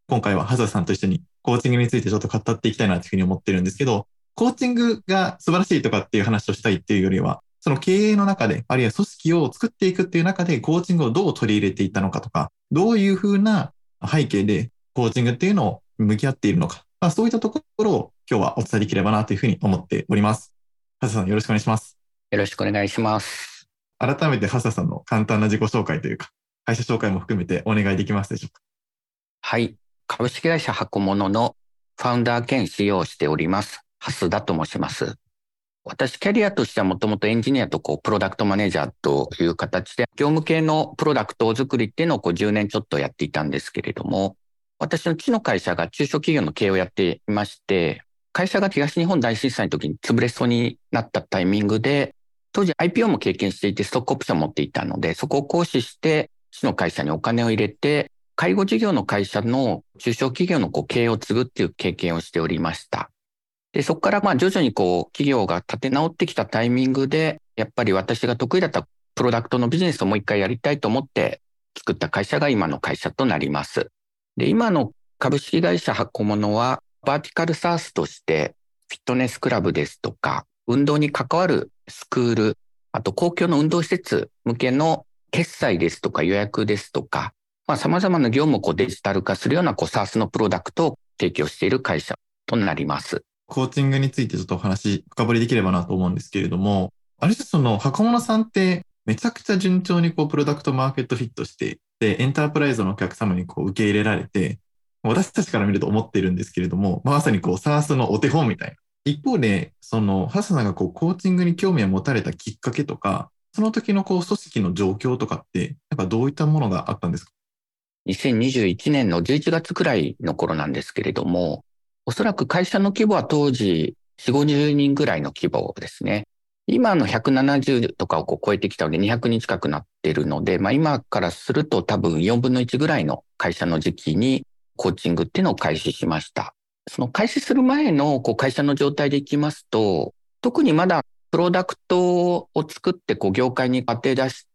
今回はハザさんと一緒にコーチングについてちょっと語っていきたいなというふうに思ってるんですけど、コーチングが素晴らしいとかっていう話をしたいっていうよりは、その経営の中で、あるいは組織を作っていくっていう中で、コーチングをどう取り入れていったのかとか、どういうふうな背景でコーチングっていうのを向き合っているのか、そういったところを今日はお伝えできればなというふうに思っております。ハザさんよろしくお願いします。 よろしくお願いします。 改めてハサさんの簡単な自己紹介というか、会社紹介も含めてお願いできますでしょうか。 はい。株式会社箱物のファウンダー兼 CEO をしております。蓮田と申します。私、キャリアとしてはもともとエンジニアとプロダクトマネージャーという形で、業務系のプロダクト作りっていうのを10年ちょっとやっていたんですけれども、私の父の会社が中小企業の経営をやっていまして、会社が東日本大震災の時に潰れそうになったタイミングで、当時 IPO も経験していてストックオプションを持っていたので、そこを行使して父の会社にお金を入れて、介護事業の会社の中小企業の経営を継ぐっていう経験をしておりました。で、そこから徐々に企業が立て直ってきたタイミングで、やっぱり私が得意だったプロダクトのビジネスをもう一回やりたいと思って作った会社が今の会社となります。で、今の株式会社箱物はバーティカルサースとしてフィットネスクラブですとか、運動に関わるスクール、あと公共の運動施設向けの決済ですとか予約ですとか、様々な業務をデジタル化するようなSaaS のプロダクトを提供している会社となります。 コーチングについてちょっとお話深掘りできればなと思うんですけれども、あれじゃその箱物さんってめちゃくちゃ順調にプロダクトマーケットフィットして、で、エンタープライズのお客様に受け入れられて、私たちから見ると思っているんですけれども、まさにSaaS のお手本みたいな。一方で、その、ハッサさんがコーチングに興味を持たれたきっかけとか、その時の組織の状況とかって、どういったものがあったんですか？ 2021年の11月くらいの頃なんですけれども、おそらく会社の規模は当時4、50人ぐらいの規模ですね。今の170とかを超えてきたので200人近くなっているので、今からすると多分4分の1ぐらいの会社の時期にコーチングっていうのを開始しました。その開始する前の会社の状態でいきますと、特にまだプロダクトを作って業界に当て出して、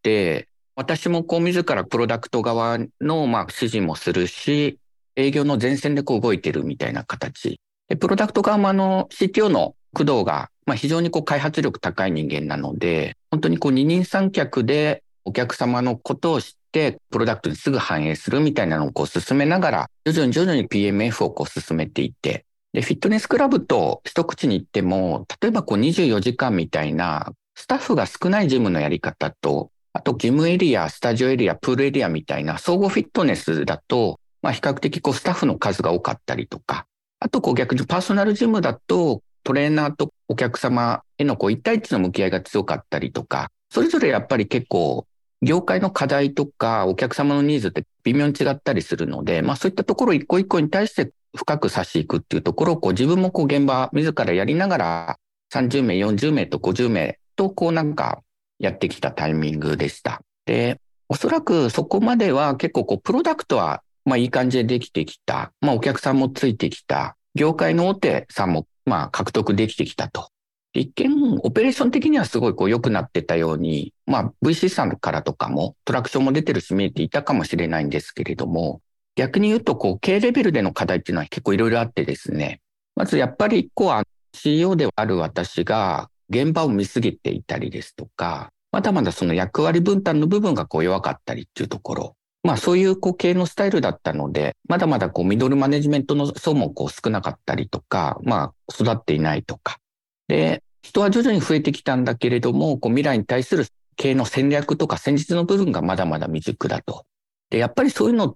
私も自らプロダクト側の指示もするし、営業の前線で動いてるみたいな形。でプロダクト側もCTO の工藤が非常に開発力高い人間なので、本当に二人三脚でお客様のことを知って、プロダクトにすぐ反映するみたいなのを進めながら、徐々に PMF を進めていって、で、フィットネスクラブと一口に言っても、例えば24時間みたいな、スタッフが少ないジムのやり方と、あと、ジムエリア、スタジオエリア、プールエリアみたいな総合フィットネスだと、比較的スタッフの数が多かったりとか、あと逆にパーソナルジムだと、トレーナーとお客様への一対一の向き合いが強かったりとか、それぞれやっぱり結構、業界の課題とかお客様のニーズって微妙に違ったりするので、そういったところ一個一個に対して深く差しいくっていうところを自分も現場自らやりながら30名、40名と50名とやってきたタイミングでした。で、おそらくそこまでは結構プロダクトはいい感じでできてきた。お客さんもついてきた。業界の大手さんも獲得できてきたと。一見、オペレーション的にはすごい良くなってたように、VC さんからとかもトラクションも出てるし見えていたかもしれないんですけれども、逆に言うと経営レベルでの課題っていうのは結構いろいろあってですね。まずやっぱり一個は CEO である私が現場を見すぎていたりですとか、まだまだその役割分担の部分が弱かったりっていうところ。そういう経営のスタイルだったので、まだまだミドルマネジメントの層も少なかったりとか、育っていないとか。で、人は徐々に増えてきたんだけれども、未来に対する経営の戦略とか戦術の部分がまだまだ未熟だと。で、やっぱりそういうのって、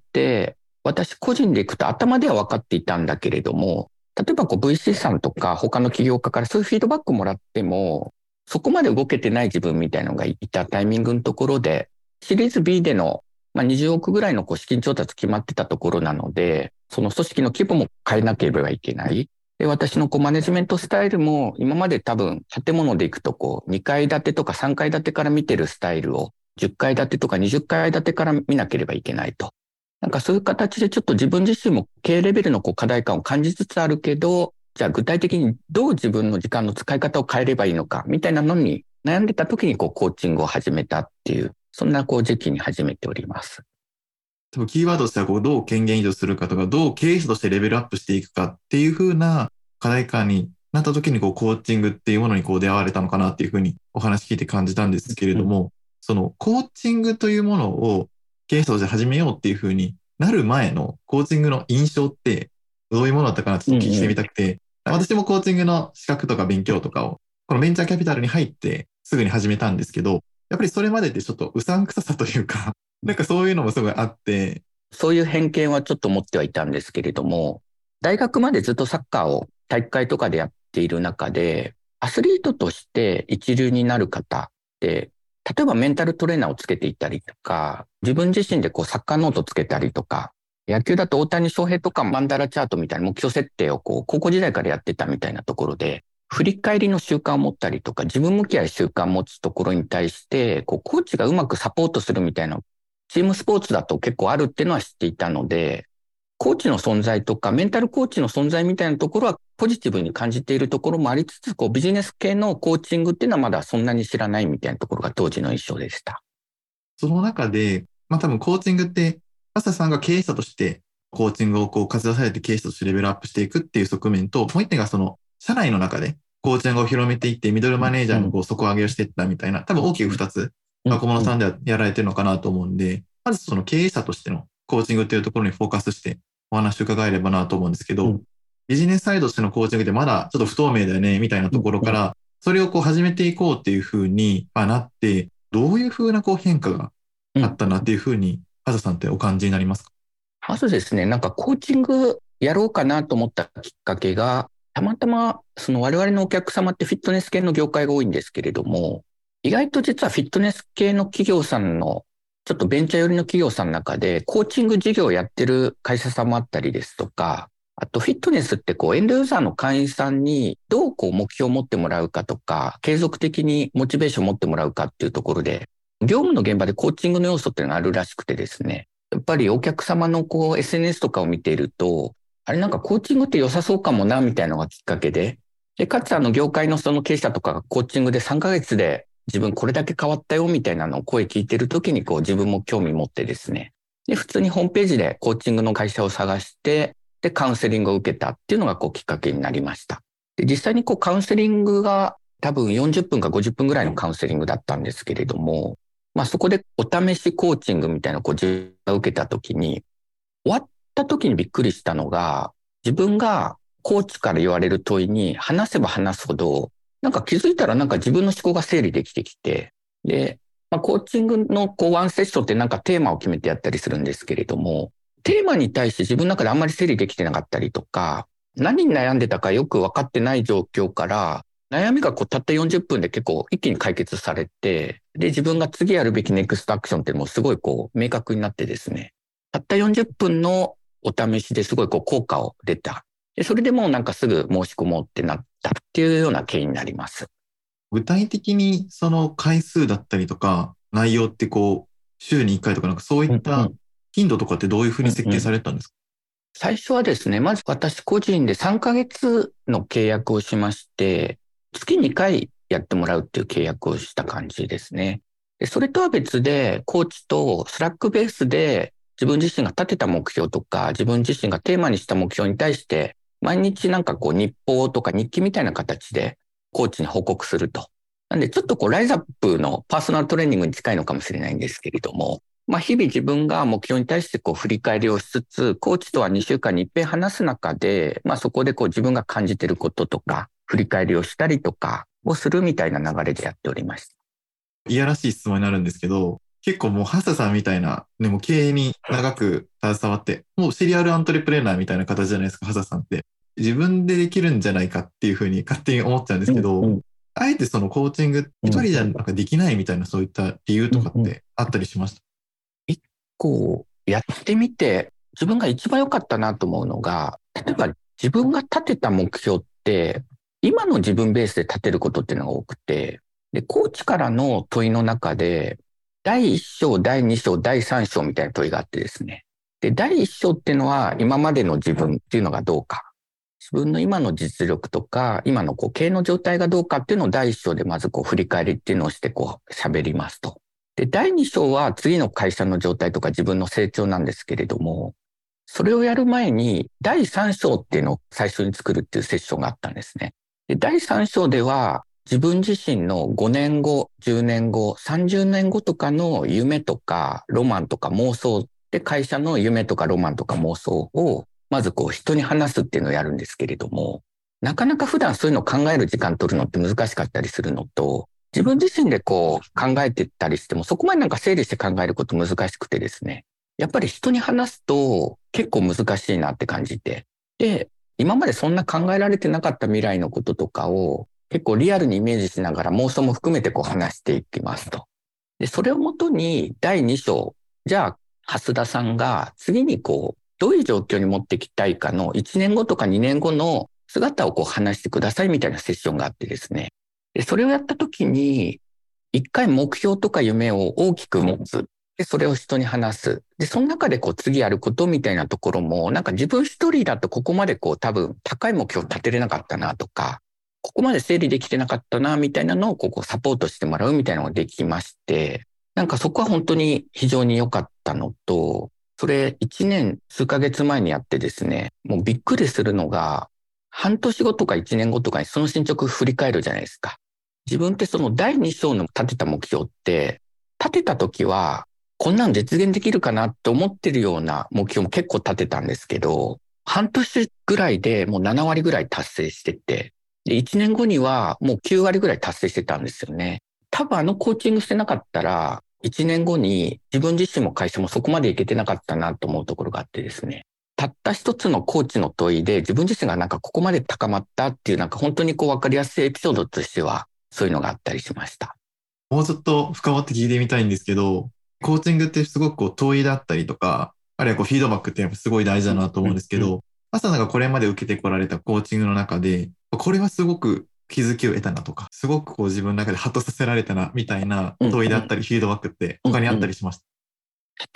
私個人でいくと頭では分かっていたんだけれども、例えばVC さんとか他の起業家からそういうフィードバックもらっても、そこまで動けてない自分みたいなのがいたタイミングのところで、シリーズ B での20億ぐらいの資金調達決まってたところなので、その組織の規模も変えなければいけない。で、私のマネジメントスタイルも今まで多分建物で行くと2階建てとか3階建てから見てるスタイルを10階建てとか20階建てから見なければいけないと。そういう形でちょっと自分自身も経営レベルの課題感を感じつつあるけど、じゃあ具体的にどう自分の時間の使い方を変えればいいのかみたいなのに悩んでた時にコーチングを始めたっていう、そんな時期に始めております。 多分キーワードとしてはどう権限移譲するかとか、どう経営者としてレベルアップしていくかっていう風な課題感になった時にコーチングっていうものに出会われたのかなっていう風にお話聞いて感じたんですけれども、そのコーチングというものを経営者として始めようっていう風になる前のコーチングの印象ってどういうものだったかなってちょっと聞きてみたくて、私もコーチングの資格とか勉強とかをこのベンチャーキャピタルに入ってすぐに始めたんですけど、やっぱりそれまでってちょっとうさんくささというか、なんかそういうのもすごいあって。 そういう偏見はちょっと持ってはいたんですけれども、大学までずっとサッカーを体育会とかでやっている中で、アスリートとして一流になる方って、例えばメンタルトレーナーをつけていったりとか、自分自身でサッカーノートつけたりとか、野球だと大谷翔平とかマンダラチャートみたいな目標設定を高校時代からやってたみたいなところで、振り返りの習慣を持ったりとか、自分向き合い習慣を持つところに対して、コーチがうまくサポートするみたいな、チームスポーツだと結構あるっていうのは知っていたので、コーチの存在とか、メンタルコーチの存在みたいなところはポジティブに感じているところもありつつ、ビジネス系のコーチングっていうのはまだそんなに知らないみたいなところが当時の印象でした。 その中で、多分コーチングって、浅田さんが経営者としてコーチングを活用されて経営者としてレベルアップしていくっていう側面と、もう一点が社内の中でコーチングを広めていって、ミドルマネージャーの底上げをしていったみたいな、多分大きく二つ、小物さんではやられてるのかなと思うんで、まずその経営者としてのコーチングっていうところにフォーカスしてお話を伺えればなと思うんですけど、ビジネスサイドとしてのコーチングってまだちょっと不透明だよね、みたいなところから、それを始めていこうっていうふうになって、どういうふうな変化があったなっていうふうに、ハザさんってお感じになりますか？ まずですね、コーチングやろうかなと思ったきっかけが、たまたま我々のお客様ってフィットネス系の業界が多いんですけれども、意外と実はフィットネス系の企業さんの、ちょっとベンチャー寄りの企業さんの中で、コーチング事業をやってる会社さんもあったりですとか、あとフィットネスってエンドユーザーの会員さんにどう目標を持ってもらうかとか、継続的にモチベーションを持ってもらうかっていうところで、業務の現場でコーチングの要素っていうのがあるらしくてですね、やっぱりお客様のSNS とかを見ていると、あれコーチングって良さそうかもな、みたいなのがきっかけで、かつ業界のその経営者とかがコーチングで3ヶ月で自分これだけ変わったよ、みたいなのを声聞いてるときに自分も興味持ってですね。で、普通にホームページでコーチングの会社を探して、で、カウンセリングを受けたっていうのがきっかけになりました。で、実際にカウンセリングが多分40分か50分ぐらいのカウンセリングだったんですけれども、そこでお試しコーチングみたいなのを自分が受けたときに、終わったときにびっくりしたのが、自分がコーチから言われる問いに話せば話すほど、気づいたら自分の思考が整理できてきて、で、コーチングのワンセッションってテーマを決めてやったりするんですけれども、テーマに対して自分の中であんまり整理できてなかったりとか、何に悩んでたかよく分かってない状況から、悩みがたった40分で結構一気に解決されて、で、自分が次やるべきネクストアクションってもうすごい明確になってですね、たった40分のお試しですごい効果を出た。で、それでもうすぐ申し込もうってなったっていうような経緯になります。 具体的にその回数だったりとか、内容って週に1回とかそういった頻度とかってどういうふうに設計されたんですか？ 最初はですね、まず私個人で3ヶ月の契約をしまして、月2回やってもらうっていう契約をした感じですね。で、それとは別で、コーチとスラックベースで自分自身が立てた目標とか、自分自身がテーマにした目標に対して、毎日日報とか日記みたいな形でコーチに報告すると。なんでちょっとライズアップのパーソナルトレーニングに近いのかもしれないんですけれども、日々自分が目標に対して振り返りをしつつ、コーチとは2週間に一遍話す中で、そこで自分が感じていることとか、振り返りをしたりとかをするみたいな流れでやっておりました。 いやらしい質問になるんですけど、結構もうハサさんみたいな、ね、もう経営に長く携わって、もうシリアルアントレプレーナーみたいな形じゃないですか、ハサさんって。自分でできるんじゃないかっていうふうに勝手に思っちゃうんですけど、あえてそのコーチング一人じゃできないみたいなそういった理由とかってあったりしました？ やってみて、自分が一番良かったなと思うのが、例えば自分が立てた目標って、今の自分ベースで立てることっていうのが多くて、で、コーチからの問いの中で、第1章、第2章、第3章みたいな問いがあってですね。で、第1章っていうのは今までの自分っていうのがどうか。自分の今の実力とか、今の経営の状態がどうかっていうのを第1章でまず振り返りっていうのをして喋りますと。 で、第2章は次の会社の状態とか自分の成長なんですけれども、それをやる前に第3章っていうのを最初に作るっていうセッションがあったんですね。で、第3章では自分自身の5年後、10年後、30年後とかの夢とかロマンとか妄想で、会社の夢とかロマンとか妄想をまず人に話すっていうのをやるんですけれども、なかなか普段そういうのを考える時間取るのって難しかったりするのと、自分自身で考えてったりしても、そこまでなんか整理して考えること難しくてですね。やっぱり人に話すと結構難しいなって感じて。で、今までそんな考えられてなかった未来のこととかを結構リアルにイメージしながら妄想も含めて話していきますと。で、それをもとに第2章、じゃあ、蓮田さんが次にどういう状況に持っていきたいかの1年後とか2年後の姿を話してくださいみたいなセッションがあってですね。で、それをやったときに、一回目標とか夢を大きく持つ。で、それを人に話す。で、その中で次やることみたいなところも、なんか自分一人だとここまで多分高い目標立てれなかったなとか、ここまで整理できてなかったなみたいなのをサポートしてもらうみたいなのができまして、なんかそこは本当に非常に良かったのと、それ1年数ヶ月前にやってですね、もうびっくりするのが、半年後とか1年後とかにその進捗振り返るじゃないですか。自分ってその第2章の立てた目標って、立てた時は、こんなの実現できるかなって思ってるような目標も結構立てたんですけど、半年ぐらいでもう7割ぐらい達成してて、で、1年後にはもう9割ぐらい達成してたんですよね。多分コーチングしてなかったら、1年後に自分自身も会社もそこまでいけてなかったなと思うところがあってですね。たった一つのコーチの問いで自分自身がなんかここまで高まったっていうなんか本当に分かりやすいエピソードとしてはそういうのがあったりしました。 もうちょっと深掘って聞いてみたいんですけど、コーチングってすごく問いだったりとか、あるいはフィードバックってやっぱすごい大事だなと思うんですけど、朝さんがこれまで受けてこられたコーチングの中で、これはすごく気づきを得たなとか、すごく自分の中でハッとさせられたなみたいな問いだったりフィードバックって他にあったりしました？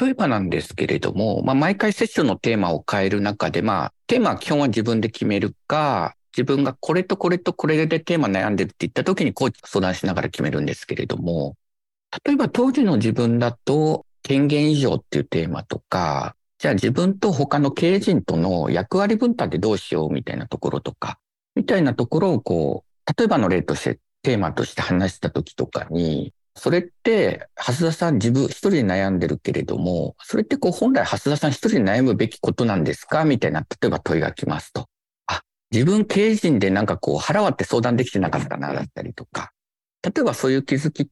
例えばなんですけれども、毎回セッションのテーマを変える中で、テーマは基本は自分で決めるか、自分がこれとこれとこれでテーマ悩んでるって言った時にコーチと相談しながら決めるんですけれども、例えば当時の自分だと権限以上っていうテーマとか、じゃあ自分と他の経営陣との役割分担でどうしようみたいなところとか、みたいなところを例えばの例としてテーマとして話した時とかに、それって、蓮田さん自分一人で悩んでるけれども、それって本来蓮田さん一人で悩むべきことなんですかみたいな、例えば問いが来ますと。あ、自分経営陣でなんか腹割って相談できてなかったな、だったりとか。例えばそういう気づきって、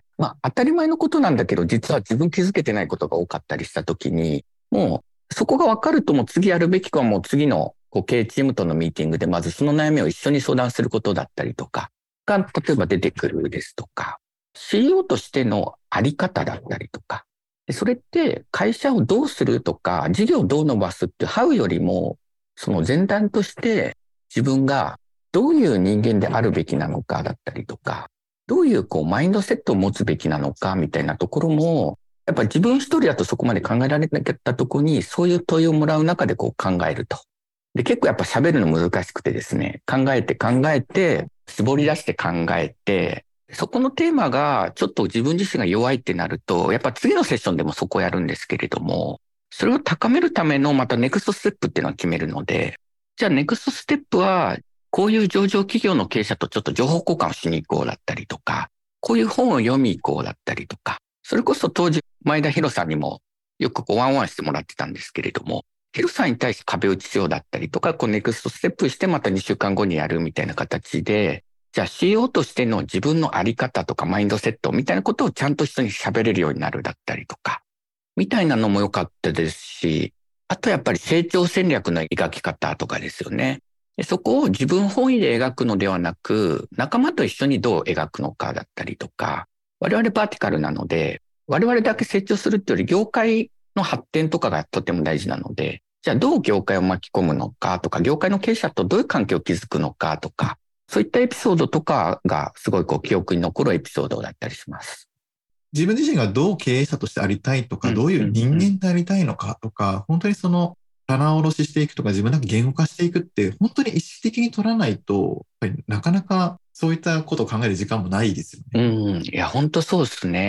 当たり前のことなんだけど、実は自分気づけてないことが多かったりしたときに、もうそこが分かるともう次やるべきかはもう次の経営チームとのミーティングでまずその悩みを一緒に相談することだったりとかが、例えば出てくるですとか、CEO としてのあり方だったりとか、それって会社をどうするとか、事業をどう伸ばすってハウよりも、その前段として自分がどういう人間であるべきなのかだったりとか、どういうマインドセットを持つべきなのかみたいなところも、やっぱり自分一人だとそこまで考えられなかったところに、そういう問いをもらう中で考えると。で、結構やっぱ喋るの難しくてですね、考えて、絞り出して考えて、そこのテーマがちょっと自分自身が弱いってなると、やっぱ次のセッションでもそこをやるんですけれども、それを高めるためのまたネクストステップっていうのを決めるので、じゃあネクストステップは、こういう上場企業の経営者とちょっと情報交換をしに行こうだったりとか、こういう本を読み行こうだったりとか、それこそ当時前田博さんにもよくワンワンしてもらってたんですけれども、ヒロさんに対して壁打ちしようだったりとか、ネクストステップしてまた2週間後にやるみたいな形で、じゃあ CEO としての自分のあり方とかマインドセットみたいなことをちゃんと人に喋れるようになるだったりとか、みたいなのも良かったですし、あとやっぱり成長戦略の描き方とかですよね。そこを自分本位で描くのではなく、仲間と一緒にどう描くのかだったりとか、我々バーティカルなので、我々だけ成長するっていうより業界の発展とかがとても大事なので、じゃあどう業界を巻き込むのかとか、業界の経営者とどういう関係を築くのかとか、そういったエピソードとかがすごい記憶に残るエピソードだったりします。 自分自身がどう経営者としてありたいとか、どういう人間でありたいのかとか、本当にその棚卸ししていくとか自分だけ言語化していくって本当に意識的に取らないと、やっぱりなかなかそういったことを考える時間もないですよね。 いや、本当そうですね。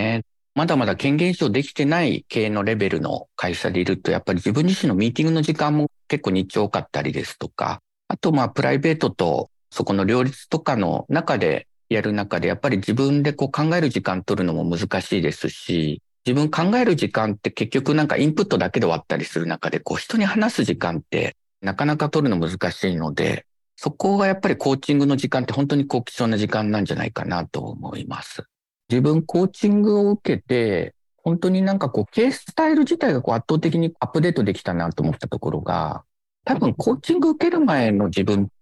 まだまだ権限承できてない経営のレベルの会社でいると、やっぱり自分自身のミーティングの時間も結構日中多かったりですとか、あとプライベートとそこの両立とかの中でやる中で、やっぱり自分でこう考える時間取るのも難しいですし、自分考える時間って結局なんかインプットだけで終わったりする中で、こう人に話す時間ってなかなか取るの難しいので、そこがやっぱりコーチングの時間って本当にこう貴重な時間なんじゃないかなと思います。自分コーチングを受けて、本当になんかこう、ケーススタイル自体がこう圧倒的にアップデートできたなと思ったところが、多分コーチング受ける前の自分って、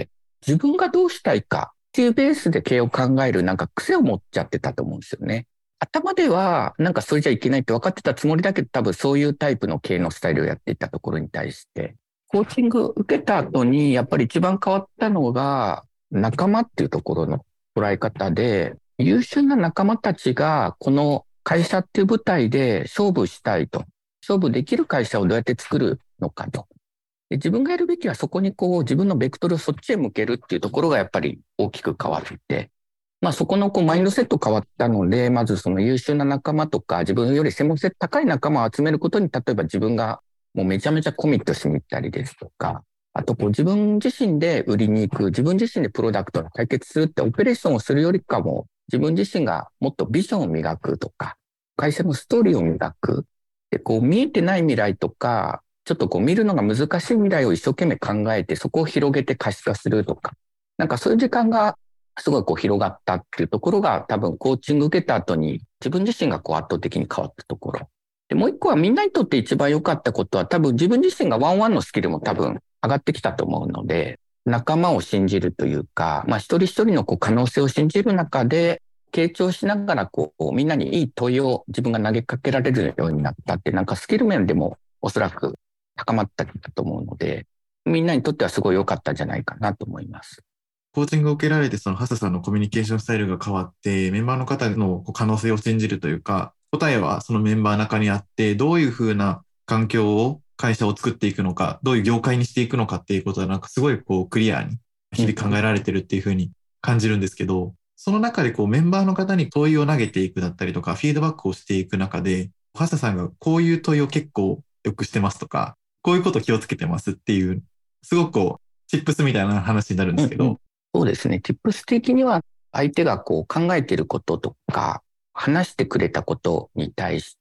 自分がどうしたいかっていうベースで経営を考えるなんか癖を持っちゃってたと思うんですよね。頭ではなんかそれじゃいけないって分かってたつもりだけど、多分そういうタイプの経営のスタイルをやっていたところに対して、コーチング受けた後にやっぱり一番変わったのが、仲間っていうところの捉え方で、優秀な仲間たちがこの会社っていう舞台で勝負したいと。勝負できる会社をどうやって作るのかと。で、自分がやるべきはそこにこう自分のベクトルをそっちへ向けるっていうところがやっぱり大きく変わって、そこのこうマインドセット変わったので、まずその優秀な仲間とか自分より専門性高い仲間を集めることに、例えば自分がもうめちゃめちゃコミットしに行ったりですとか、あとこう自分自身で売りに行く、自分自身でプロダクトを解決するってオペレーションをするよりかも、自分自身がもっとビジョンを磨くとか、会社のストーリーを磨く。で、こう見えてない未来とか、ちょっとこう見るのが難しい未来を一生懸命考えて、そこを広げて可視化するとか、なんかそういう時間がすごいこう広がったっていうところが多分コーチング受けた後に自分自身がこう圧倒的に変わったところ。で、もう一個はみんなにとって一番良かったことは多分自分自身がワンワンのスキルも多分上がってきたと思うので、仲間を信じるというか、一人一人のこう可能性を信じる中で、傾聴しながらこうみんなにいい問いを自分が投げかけられるようになったって、なんかスキル面でもおそらく高まったと思うので、みんなにとってはすごい良かったんじゃないかなと思います。 コーチングを受けられて、そのハサさんのコミュニケーションスタイルが変わって、メンバーの方のこう可能性を信じるというか、答えはそのメンバーの中にあって、どういうふうな環境を、会社を作っていくのか、どういう業界にしていくのかっていうことは、なんかすごいこうクリアに日々考えられてるっていうふうに感じるんですけど、その中でこうメンバーの方に問いを投げていくだったりとか、フィードバックをしていく中で、ハサさんがこういう問いを結構よくしてますとか、こういうこと気をつけてますっていう、すごくこう、チップスみたいな話になるんですけど、 そうですね。tips 的には相手がこう考えていることとか、話してくれたことに対して、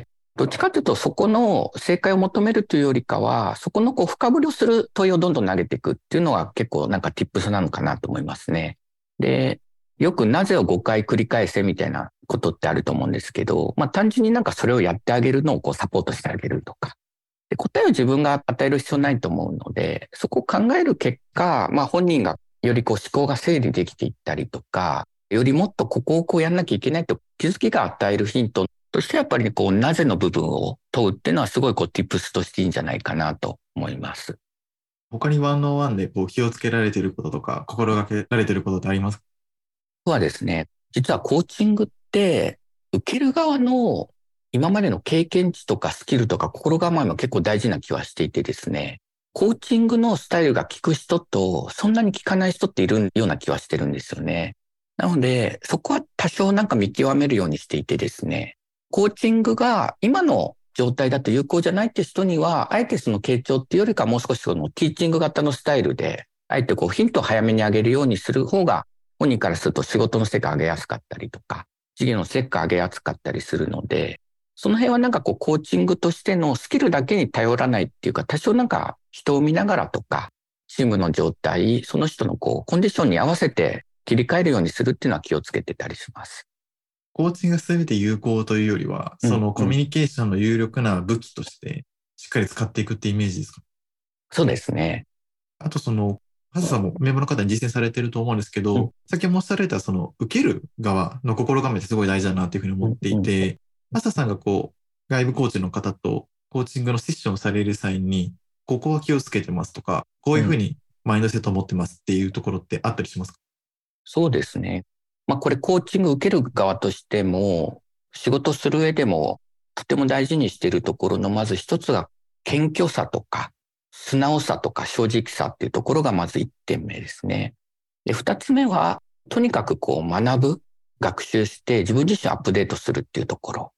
どっちかというとそこの正解を求めるというよりかは、そこのこう深掘りをする問いをどんどん投げていくっていうのは結構なんか tips なのかなと思いますね。で、よくなぜを5回繰り返せみたいなことってあると思うんですけど、単純になんかそれをやってあげるのをこうサポートしてあげるとか。で、答えを自分が与える必要ないと思うので、そこを考える結果、本人がよりこう思考が整理できていったりとか、よりもっとここをこうやんなきゃいけないと気づきが与えるヒントとしてやっぱりこうなぜの部分を問うっていうのはすごいこう tips としていいんじゃないかなと思います。 他にワンオンワンでこう気をつけられていることとか、心がけられていることってありますか？ はですね、実はコーチングって受ける側の今までの経験値とかスキルとか心構えも結構大事な気はしていてですね、コーチングのスタイルが効く人とそんなに効かない人っているような気はしてるんですよね。なので、そこは多少なんか見極めるようにしていてですね、コーチングが今の状態だと有効じゃないって人には、あえてその傾聴っていうよりかもう少しそのティーチング型のスタイルで、あえてこうヒントを早めに上げるようにする方が本人からすると仕事の成果上げやすかったりとか、事業の成果上げやすかったりするので、その辺はなんかこうコーチングとしてのスキルだけに頼らないっていうか、多少なんか人を見ながらとか、チームの状態、その人のこうコンディションに合わせて切り替えるようにするっていうのは気をつけてたりします。 コーチングが全て有効というよりは、そのコミュニケーションの有力な武器としてしっかり使っていくってイメージですか？ そうですね。 あとハサさんもメンバーの方に実践されてると思うんですけど、先ほどおっしゃられた受ける側の心構えってすごい大事だなっていうふうに思っていて、ハサさんがこう、外部コーチの方とコーチングのセッションをされる際に、ここは気をつけてますとか、こういうふうにマインドセットを持ってますっていうところってあったりしますか？ そうですね。これコーチング受ける側としても、仕事する上でもとても大事にしているところのまず一つが謙虚さとか素直さとか正直さっていうところがまず一点目ですね。で、二つ目はとにかくこう学ぶ、学習して自分自身をアップデートするっていうところ。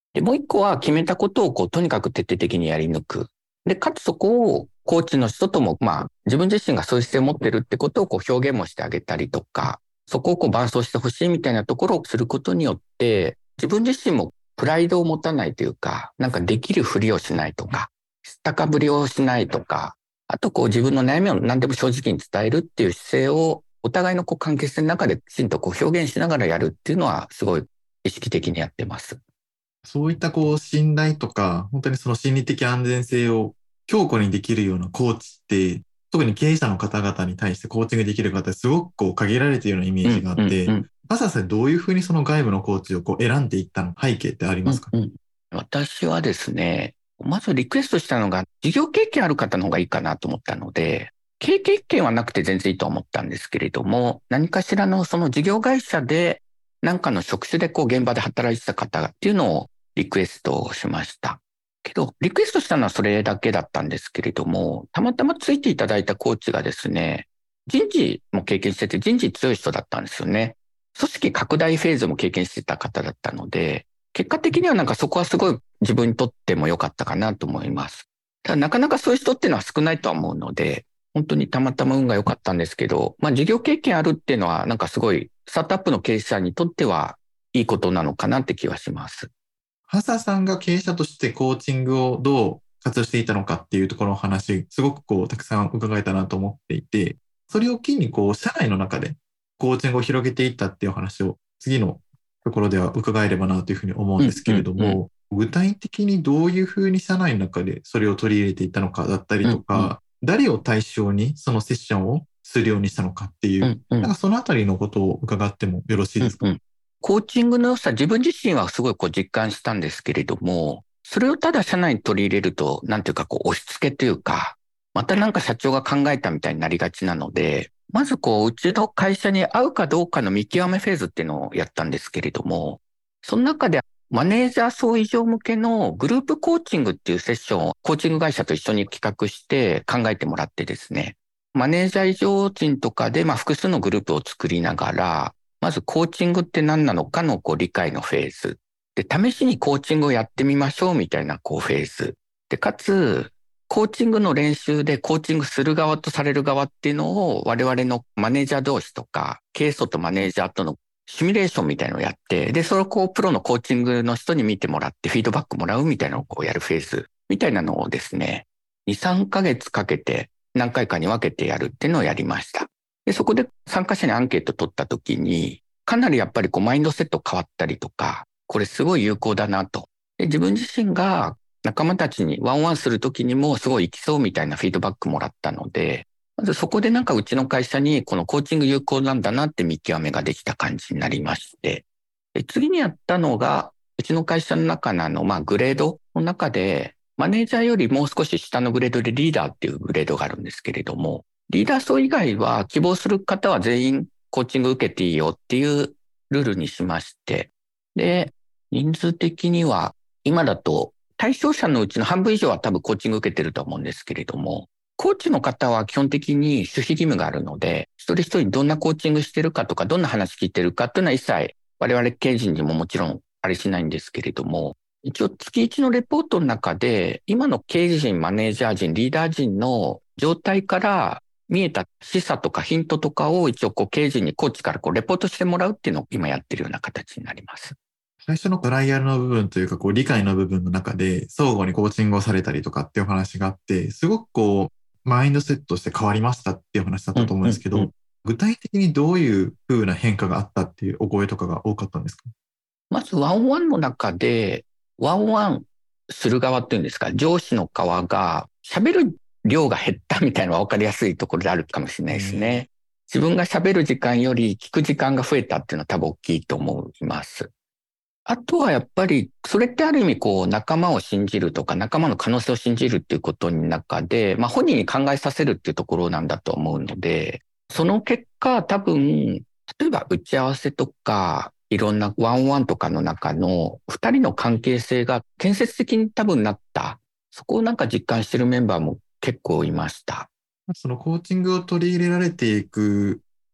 で、もう一個は決めたことをとにかく徹底的にやり抜く。で、かつそこをコーチの人とも、自分自身がそういう姿勢を持ってるってことを表現もしてあげたりとか、そこを伴走してほしいみたいなところをすることによって、自分自身もプライドを持たないというか、なんかできるふりをしないとか、知ったかぶりをしないとか、あと自分の悩みを何でも正直に伝えるっていう姿勢をお互いの関係性の中できちんと表現しながらやるっていうのはすごい意識的にやってます。 そういった信頼とか、本当にその心理的安全性を強固にできるようなコーチって、特に経営者の方々に対してコーチングできる方、すごく限られているようなイメージがあって、マサさんどういうふうにその外部のコーチを選んでいったの背景ってありますか？ 私はですね、まずリクエストしたのが、事業経験ある方の方がいいかなと思ったので、経験はなくて全然いいと思ったんですけれども、何かしらのその事業会社で、何かの職種で現場で働いてた方っていうのをリクエストしました。けど、リクエストしたのはそれだけだったんですけれども、たまたまついていただいたコーチがですね、人事も経験してて人事強い人だったんですよね。組織拡大フェーズも経験してた方だったので、結果的にはなんかそこはすごい自分にとっても良かったかなと思います。ただなかなかそういう人っていうのは少ないとは思うので、本当にたまたま運が良かったんですけど、事業経験あるっていうのはなんかすごいスタートアップの経営者にとってはいいことなのかなって気はします。 ハサさんが経営者としてコーチングをどう活用していたのかっていうところの話、すごくたくさん伺えたなと思っていて、それを機に社内の中でコーチングを広げていったっていう話を次のところでは伺えればなというふうに思うんですけれども、具体的にどういうふうに社内の中でそれを取り入れていったのかだったりとか、誰を対象にそのセッションをするようにしたのかっていう、なんかそのあたりのことを伺ってもよろしいですか？ コーチングの良さ、自分自身はすごい実感したんですけれども、それをただ社内に取り入れると、なんていうか押し付けというか、またなんか社長が考えたみたいになりがちなので、まずうちの会社に合うかどうかの見極めフェーズっていうのをやったんですけれども、その中でマネージャー層以上向けのグループコーチングっていうセッションをコーチング会社と一緒に企画して考えてもらってですね、マネージャー以上人とかで複数のグループを作りながら、まずコーチングって何なのかの理解のフェーズ。で、試しにコーチングをやってみましょうみたいなフェーズ。で、かつ、コーチングの練習でコーチングする側とされる側っていうのを我々のマネージャー同士とか、経営層とマネージャーとのシミュレーションみたいなのをやって、で、それをプロのコーチングの人に見てもらってフィードバックもらうみたいなのをやるフェーズみたいなのをですね、2、3ヶ月かけて何回かに分けてやるっていうのをやりました。で、そこで参加者にアンケート取ったときに、かなりやっぱりマインドセット変わったりとか、これすごい有効だなと。で、自分自身が仲間たちにワンワンするときにもすごいいきそうみたいなフィードバックもらったので、まずそこでなんかうちの会社にこのコーチング有効なんだなって見極めができた感じになりまして、で次にやったのが、うちの会社の中のグレードの中で、マネージャーよりもう少し下のグレードでリーダーっていうグレードがあるんですけれども、リーダー層以外は希望する方は全員コーチング受けていいよっていうルールにしまして、で、人数的には今だと対象者のうちの半分以上は多分コーチング受けてると思うんですけれども、コーチの方は基本的に守秘義務があるので、一人一人どんなコーチングしてるかとか、どんな話聞いてるかっていうのは一切我々経営陣にももちろんあれしないんですけれども、一応月1のレポートの中で、今の経営陣、マネージャー陣、リーダー陣の状態から見えた示唆とかヒントとかを一応経営陣にコーチからレポートしてもらうっていうのを今やってるような形になります。 最初のトライアルの部分というか、理解の部分の中で、相互にコーチングをされたりとかっていうお話があって、すごくマインドセットして変わりましたっていう話だったと思うんですけど、具体的にどういう風な変化があったっていうお声とかが多かったんですか？ まずワンワンの中で、ワンワンする側っていうんですか、上司の側が喋る量が減ったみたいなのは分かりやすいところであるかもしれないですね。自分が喋る時間より聞く時間が増えたっていうのは多分大きいと思います。あとはやっぱり、それってある意味仲間を信じるとか仲間の可能性を信じるっていうことの中で、本人に考えさせるっていうところなんだと思うので、その結果多分、例えば打ち合わせとか、いろんなワンワンとかの中の二人の関係性が建設的に多分なった。そこをなんか実感してるメンバーも結構いました。 そのコーチングを取り入れられていく、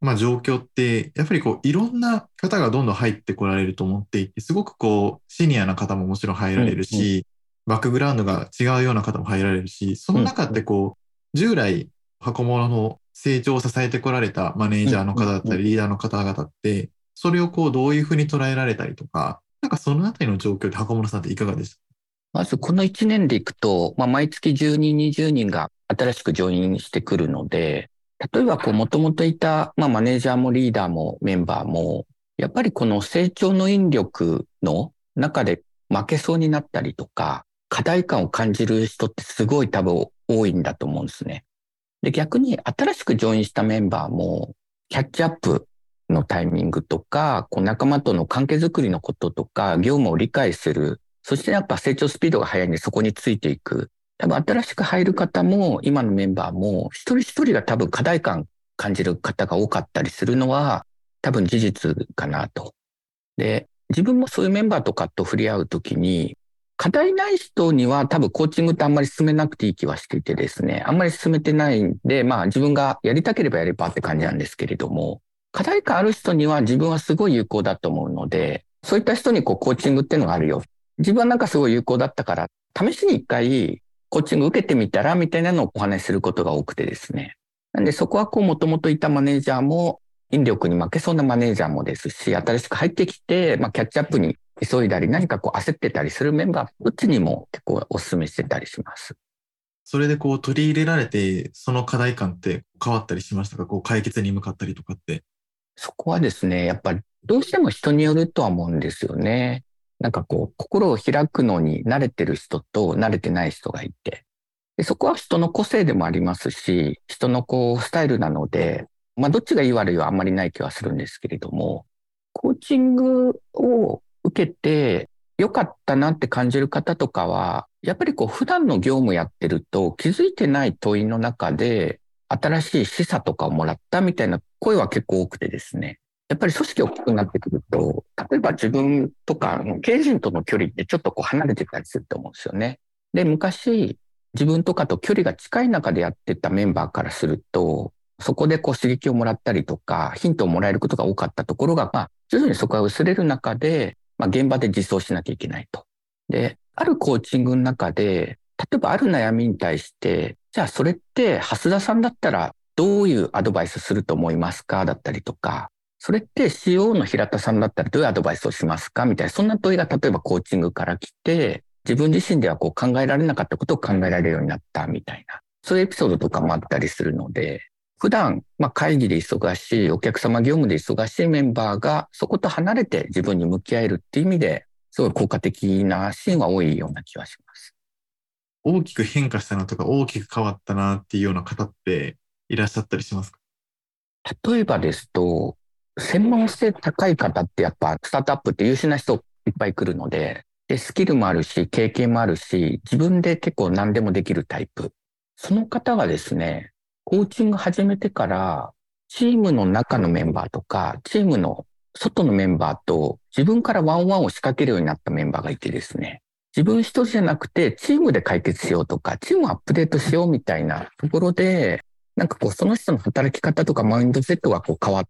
状況って、やっぱりいろんな方がどんどん入ってこられると思っていて、すごくシニアな方ももちろん入られうん、うん、 るし、バックグラウンドが違うような方も入られるし、そのうん、 中って従来、箱物の成長を支えてこられたマネーうん、 ジャーのうん、うん。 方だったり、リーダーの方々って、それをどういうふうに捉えられたりとか、なんかそのあたりの状況って箱物さんっていかがですか？ まずこの1年でいくと、毎月10人、20人が新しくジョインしてくるので、例えばもともといた、マネージャーもリーダーもメンバーも、やっぱりこの成長の引力の中で負けそうになったりとか、課題感を感じる人ってすごい多分多いんだと思うんですね。で、逆に新しくジョインしたメンバーも、キャッチアップのタイミングとか、仲間との関係づくりのこととか、業務を理解する。そしてやっぱ成長スピードが速いんでそこについていく。多分新しく入る方も、今のメンバーも、一人一人が多分課題感感じる方が多かったりするのは、多分事実かなと。で、自分もそういうメンバーとかと触れ合うときに、課題ない人には多分コーチングってあんまり進めなくていい気はしていてですね、あんまり進めてないんで、自分がやりたければやればって感じなんですけれども、課題感ある人には自分はすごい有効だと思うので、そういった人にコーチングっていうのがあるよ。自分はなんかすごい有効だったから、試しに一回コーチング受けてみたらみたいなのをお話しすることが多くてですね。なんでそこはもともといたマネージャーも引力に負けそうなマネージャーもですし、新しく入ってきて、キャッチアップに急いだり、何か焦ってたりするメンバー、どっちにも結構お勧めしてたりします。 それで取り入れられて、その課題感って変わったりしましたか？解決に向かったりとかって。 そこはですね、やっぱりどうしても人によるとは思うんですよね。なんか心を開くのに慣れてる人と慣れてない人がいて。でそこは人の個性でもありますし、人のスタイルなので、どっちがいい悪いはあんまりない気はするんですけれども、コーチングを受けて良かったなって感じる方とかは、やっぱり普段の業務やってると気づいてない問いの中で新しい示唆とかをもらったみたいな声は結構多くてですね。やっぱり組織大きくなってくると、例えば自分とか経営陣との距離ってちょっと離れてたりすると思うんですよね。で、昔、自分とかと距離が近い中でやってたメンバーからすると、そこで刺激をもらったりとか、ヒントをもらえることが多かったところが、徐々にそこが薄れる中で、現場で実装しなきゃいけないと。で、あるコーチングの中で、例えばある悩みに対して、じゃあそれって蓮田さんだったらどういうアドバイスすると思いますかだったりとか、それって CO の平田さんだったらどういうアドバイスをしますかみたいな、そんな問いが例えばコーチングから来て、自分自身では考えられなかったことを考えられるようになったみたいな、そういうエピソードとかもあったりするので、普段、会議で忙しい、お客様業務で忙しいメンバーがそこと離れて自分に向き合えるっていう意味で、すごい効果的なシーンは多いような気はします。 大きく変化したなとか、大きく変わったなっていうような方っていらっしゃったりしますか？ 例えばですと、専門性高い方ってやっぱスタートアップって優秀な人いっぱい来るので、スキルもあるし、経験もあるし、自分で結構何でもできるタイプ。その方がですね、コーチング始めてから、チームの中のメンバーとか、チームの外のメンバーと自分からワンワンを仕掛けるようになったメンバーがいてですね、自分一人じゃなくてチームで解決しようとか、チームをアップデートしようみたいなところで、なんかその人の働き方とかマインドセットが変わって、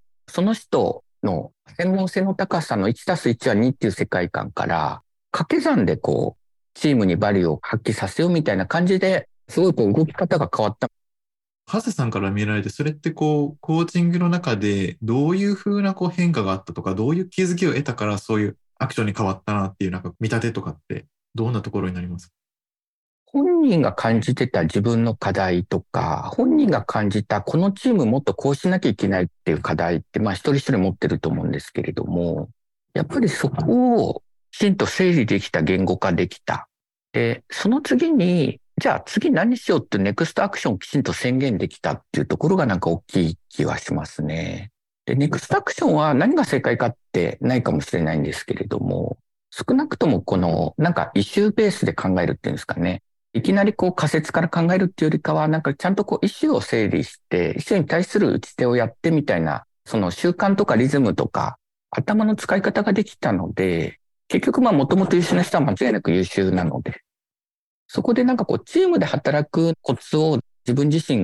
その人の専門性の高さの1たす1は2っていう世界観から、掛け算でチームにバリューを発揮させようみたいな感じで、すごい動き方が変わった。 ハセさんから見られて、それってコーチングの中でどういうふうな変化があったとか、どういう気づきを得たからそういうアクションに変わったなっていうなんか見立てとかってどんなところになりますか？ 本人が感じてた自分の課題とか、本人が感じたこのチームもっとこうしなきゃいけないっていう課題って、一人一人持ってると思うんですけれども、やっぱりそこをきちんと整理できた、言語化できた。で、その次に、じゃあ次何しようってネクストアクションをきちんと宣言できたっていうところがなんか大きい気はしますね。で、ネクストアクションは何が正解かってないかもしれないんですけれども、少なくともなんかイシューベースで考えるっていうんですかね。いきなり仮説から考えるっていうよりかは、なんかちゃんとイシューを整理して、イシューに対する打ち手をやってみたいな、その習慣とかリズムとか、頭の使い方ができたので、結局もともと優秀な人は間違いなく優秀なので、そこでなんかチームで働くコツを自分自身が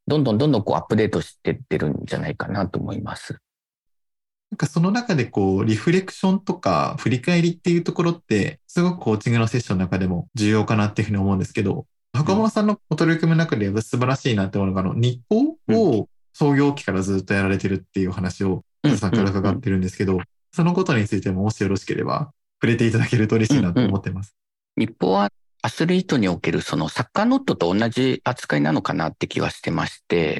どんどんこうアップデートしてってるんじゃないかなと思います。 なんかその中でこう、リフレクションとか振り返りっていうところって、すごくコーチングのセッションの中でも重要かなっていうふうに思うんですけど、 うん袴村さんのお取り組みの中で素晴らしいなって思うのが、日報うんを創業期からずっとやられてるっていう話を、 うん佐藤さんから伺ってるんですけど、そのことについてももしよろしければ、触れていただけると嬉しいなと思ってます。 日報はアスリートにおけるそのサッカーノットと同じ扱いなのかなって気はしてまして、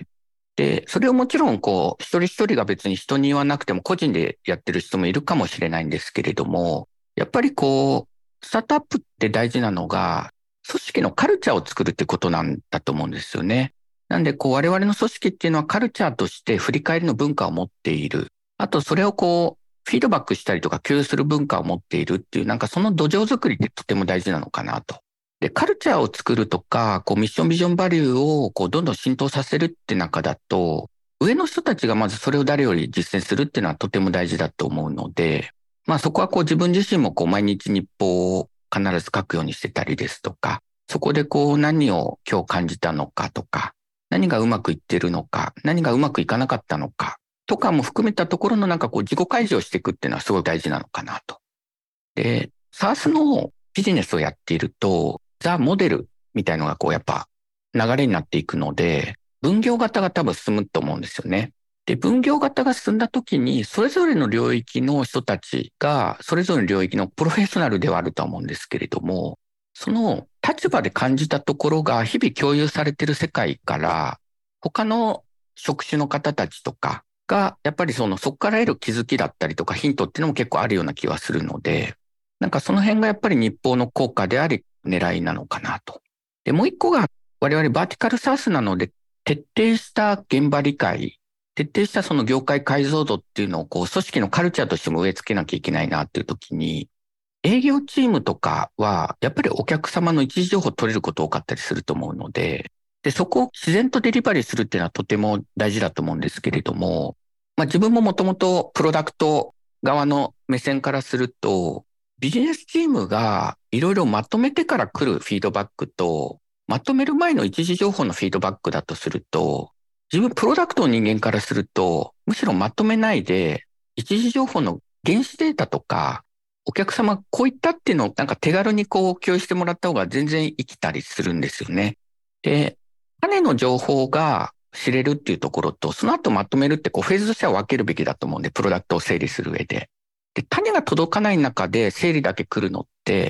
で、それをもちろんこう、一人一人が別に人に言わなくても個人でやってる人もいるかもしれないんですけれども、やっぱりこう、スタートアップって大事なのが、組織のカルチャーを作るってことなんだと思うんですよね。なんでこう、我々の組織っていうのはカルチャーとして振り返りの文化を持っている。あとそれをこう、フィードバックしたりとか共有する文化を持っているっていう、なんかその土壌作りってとても大事なのかなと。で、カルチャーを作るとか、こうミッションビジョンバリューをこうどんどん浸透させるって中だと、上の人たちがまずそれを誰より実践するっていうのはとても大事だと思うので、まあそこはこう自分自身もこう毎日日報を必ず書くようにしてたりですとか、そこでこう何を今日感じたのかとか、何がうまくいってるのか、何がうまくいかなかったのかとかも含めたところのなんかこう自己開示をしていくっていうのはすごい大事なのかなと。で、SaaS のビジネスをやっていると、ザ・モデルみたいのがこうやっぱ流れになっていくので、分業型が多分進むと思うんですよね。で、分業型が進んだ時に、それぞれの領域の人たちが、それぞれの領域のプロフェッショナルではあると思うんですけれども、その立場で感じたところが日々共有されている世界から、他の職種の方たちとかが、やっぱりそこから得る気づきだったりとかヒントっていうのも結構あるような気はするので、なんかその辺がやっぱり日報の効果であり狙いなのかなと。で、もう一個が我々バーティカルサースなので徹底した現場理解、徹底したその業界解像度っていうのをこう組織のカルチャーとしても植え付けなきゃいけないなっていう時に、営業チームとかはやっぱりお客様の一時情報を取れること多かったりすると思うので、で、そこを自然とデリバリーするっていうのはとても大事だと思うんですけれども、まあ自分ももともとプロダクト側の目線からすると、ビジネスチームがいろいろまとめてから来るフィードバックと、まとめる前の一時情報のフィードバックだとすると、自分プロダクトの人間からすると、むしろまとめないで、一時情報の原子データとか、お客様こういったっていうのをなんか手軽にこう共有してもらった方が全然生きたりするんですよね。で、種の情報が知れるっていうところと、その後まとめるってこうフェーズとしては分けるべきだと思うんで、プロダクトを整理する上で。で、種が届かない中で整理だけ来るのって、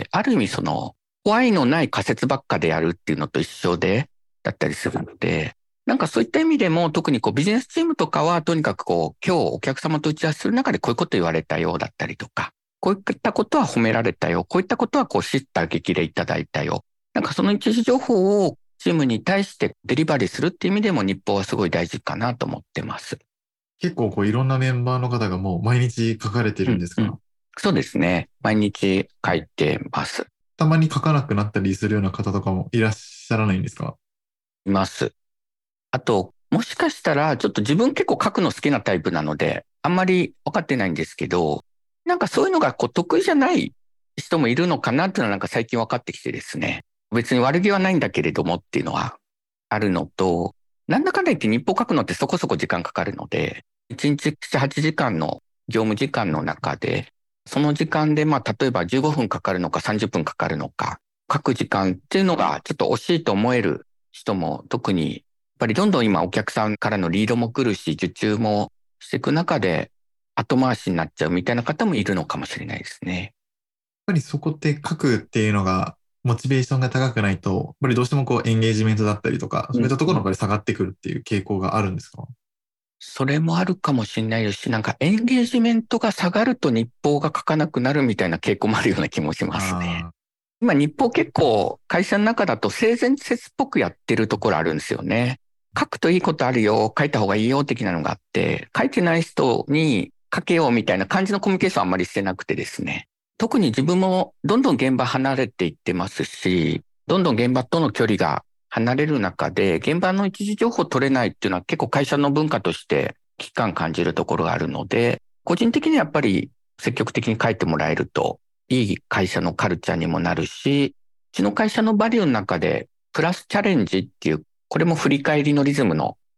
ある意味怖いのない仮説ばっかでやるっていうのと一緒だったりするので、なんかそういった意味でも、特にこうビジネスチームとかは、とにかくこう、今日お客様と打ち合わせする中でこういうこと言われたようだったりとか、こういったことは褒められたよ、こういったことはこう叱咤激励いただいたよ。なんかその一時情報をチームに対してデリバリーするっていう意味でも日報はすごい大事かなと思ってます。 結構こういろんなメンバーの方がもう毎日書かれてるんですか？ そうですね。毎日書いてます。 たまに書かなくなったりするような方とかもいらっしゃらないんですか？ います。あと、もしかしたら、ちょっと自分結構書くの好きなタイプなので、あんまり分かってないんですけど、なんかそういうのがこう得意じゃない人もいるのかなっていうのはなんか最近分かってきてですね。別に悪気はないんだけれどもっていうのはあるのと、なんだかんだ言って日報書くのってそこそこ時間かかるので、1日7、8時間の業務時間の中で、その時間でまあ例えば15分かかるのか30分かかるのか、書く時間っていうのがちょっと惜しいと思える人も特にやっぱりどんどん今お客さんからのリードも来るし、受注もしていく中で後回しになっちゃうみたいな方もいるのかもしれないですね。 ぱりそこって書くっていうのが、モチベーションが高くないと、やっぱりどうしてもこうエンゲージメントだったりとか、そういったところのやっぱり下がってくるっていう傾向があるんですか？ それもあるかもしれないですし、なんかエンゲージメントが下がると日報が書かなくなるみたいな傾向もあるような気もしますね。 あ今日報結構会社の中だと性善説っぽくやってるところあるんですよね。書くといいことあるよ、書いた方がいいよ的なのがあって、書いてない人に書けようみたいな感じのコミュニケーションあんまりしてなくてですね。特に自分もどんどん現場離れていってますし、どんどん現場との距離が離れる中で、現場の一時情報取れないっていうのは結構会社の文化として危機感感じるところがあるので、個人的にはやっぱり積極的に書いてもらえると、いい会社のカルチャーにもなるし、うちの会社のバリューの中で、プラスチャレンジっていう、これも振り返りのリズムの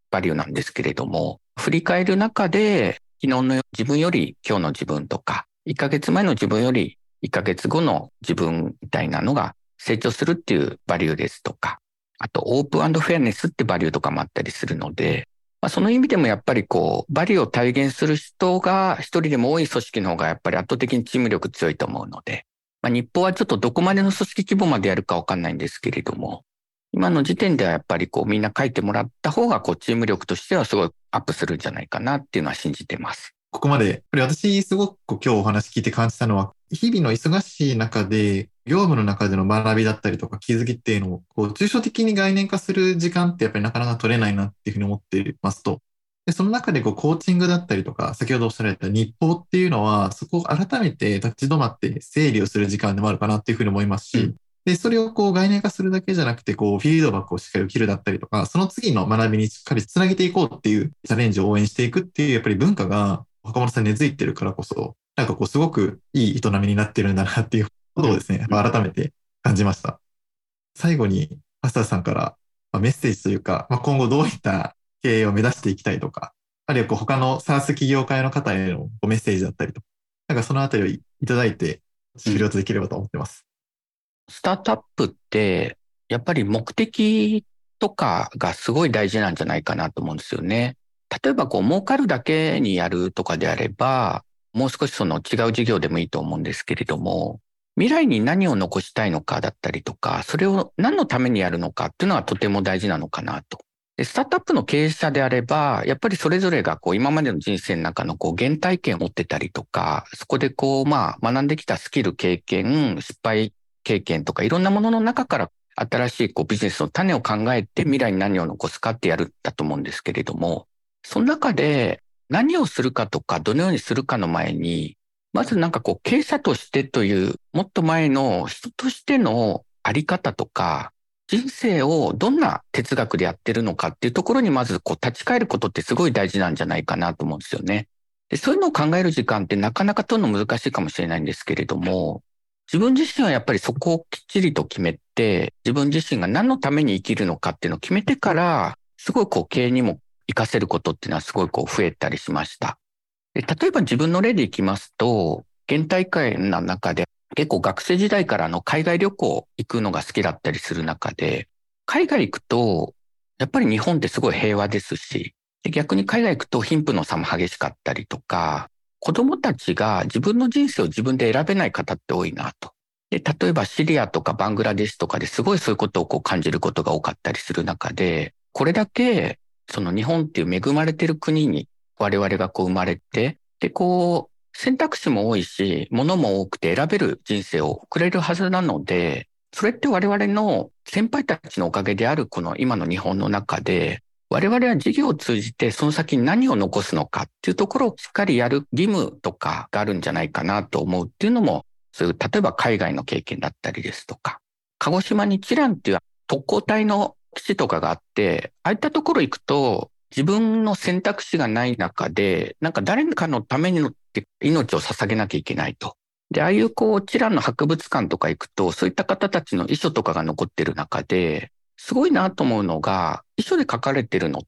バリューなんですけれども、振り返る中で、昨日の自分より今日の自分とか、1ヶ月前の自分より1ヶ月後の自分みたいなのが成長するっていうバリューですとか、あとオープン&フェアネスってバリューとかもあったりするので、その意味でもやっぱりバリューを体現する人が一人でも多い組織の方がやっぱり圧倒的にチーム力強いと思うので、日報はちょっとどこまでの組織規模までやるかわかんないんですけれども、今の時点ではやっぱりみんな書いてもらった方がチーム力としてはすごいアップするんじゃないかなっていうのは信じてます。 ここまで、これ私すごく今日お話聞いて感じたのは、日々の忙しい中で、業務の中での学びだったりとか気づきっていうのを、抽象的に概念化する時間ってやっぱりなかなか取れないなっていうふうに思っていますと。で、その中でコーチングだったりとか、先ほどおっしゃられた日報っていうのは、そこを改めて立ち止まって整理をする時間でもあるかなっていうふうに思いますし、で、それを概念化するだけじゃなくて、フィードバックをしっかり受けるだったりとか、その次の学びにしっかりつなげていこうっていうチャレンジを応援していくっていう、やっぱり文化が若者さんに根付いてるからこそ、すごくいい営みになってるんだなっていうことをですね、改めて感じました。最後に、パスタさんからメッセージというか、今後どういった経営を目指していきたいとか、あるいは他の SaaS 企業界の方へのメッセージだったりとか、そのあたりをいただいて終了できればと思ってます。 スタートアップって、やっぱり目的とかがすごい大事なんじゃないかなと思うんですよね。例えば儲かるだけにやるとかであれば、もう少し違う事業でもいいと思うんですけれども、未来に何を残したいのかだったりとか、それを何のためにやるのかっていうのはとても大事なのかなと。で、スタートアップの経営者であれば、やっぱりそれぞれが今までの人生の中の原体験を持ってたりとか、そこで学んできたスキル、経験、失敗経験とかいろんなものの中から新しいビジネスの種を考えて未来に何を残すかってやるんだと思うんですけれども、その中で何をするかとかどのようにするかの前に、まず経営者としてというもっと前の人としてのあり方とか、人生をどんな哲学でやってるのかっていうところにまず立ち返ることってすごい大事なんじゃないかなと思うんですよね。で、そういうのを考える時間ってなかなか取るの難しいかもしれないんですけれども、自分自身はやっぱりそこをきっちりと決めて、自分自身が何のために生きるのかっていうのを決めてから、すごい経営にも活かせることっていうのはすごい増えたりしました。で、例えば自分の例でいきますと、現代会の中で結構学生時代から海外旅行行くのが好きだったりする中で、海外行くと、やっぱり日本ってすごい平和ですし、で逆に海外行くと貧富の差も激しかったりとか、子供たちが自分の人生を自分で選べない方って多いなと。で、例えばシリアとかバングラデシュとかですごいそういうことを感じることが多かったりする中で、これだけ日本っていう恵まれてる国に我々が生まれて、で、選択肢も多いし、物も多くて選べる人生を送れるはずなので、それって我々の先輩たちのおかげであるこの今の日本の中で、我々は事業を通じてその先に何を残すのかっていうところをしっかりやる義務とかがあるんじゃないかなと思うっていうのも、そういう例えば海外の経験だったりですとか、鹿児島にチランっていう特攻隊の基地とかがあって、ああいったところ行くと自分の選択肢がない中で、誰かのために命を捧げなきゃいけないと。で、ああいうチランの博物館とか行くと、そういった方たちの遺書とかが残ってる中で、すごいなと思うのが、遺書で書かれてるのって、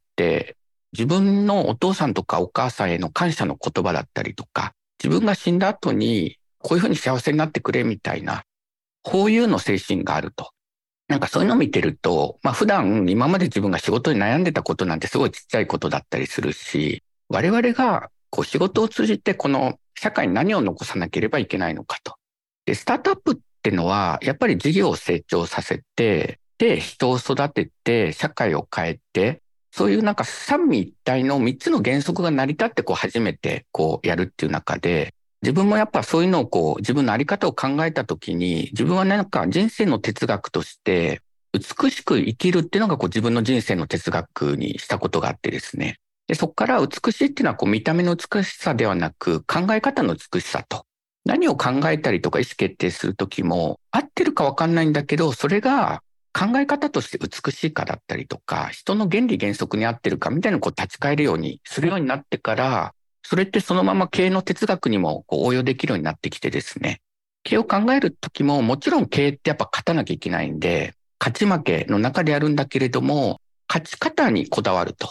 自分のお父さんとかお母さんへの感謝の言葉だったりとか、自分が死んだ後にこういうふうに幸せになってくれみたいな、こういうの精神があると。そういうのを見てると、普段今まで自分が仕事に悩んでたことなんてすごいちっちゃいことだったりするし、我々が仕事を通じてこの社会に何を残さなければいけないのかと。で、スタートアップってのはやっぱり事業を成長させて、で、人を育てて、社会を変えて、そういう三位一体の3つの原則が成り立って初めてやるっていう中で、自分もやっぱそういうのを自分のあり方を考えたときに、自分は人生の哲学として、美しく生きるっていうのが自分の人生の哲学にしたことがあってですね。で、そこから美しいっていうのは見た目の美しさではなく、考え方の美しさと。何を考えたりとか意思決定するときも、合ってるかわかんないんだけど、それが考え方として美しいかだったりとか、人の原理原則に合ってるかみたいなのを立ち返るようにするようになってから、それってそのまま経営の哲学にも応用できるようになってきてですね。経営を考えるときも、もちろん経営ってやっぱ勝たなきゃいけないんで、勝ち負けの中でやるんだけれども、勝ち方にこだわると。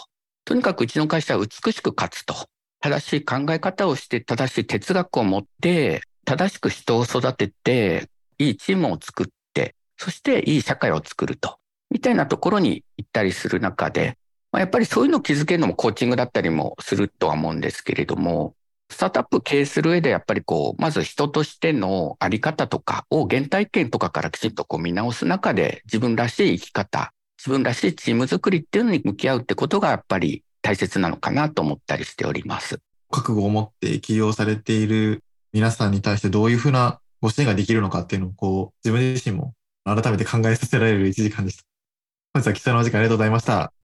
とにかくうちの会社は美しく勝つと。正しい考え方をして、正しい哲学を持って、正しく人を育てて、いいチームを作って、そしていい社会を作ると。みたいなところに行ったりする中で、やっぱりそういうのを気づけるのもコーチングだったりもするとは思うんですけれども、スタートアップ経営する上でやっぱりまず人としてのあり方とかを原体験とかからきちんと見直す中で自分らしい生き方、自分らしいチーム作りっていうのに向き合うってことがやっぱり大切なのかなと思ったりしております。 覚悟を持って起業されている皆さんに対してどういうふうなご支援ができるのかっていうのを自分自身も改めて考えさせられる1時間でした。本日は貴重なお時間ありがとうございました。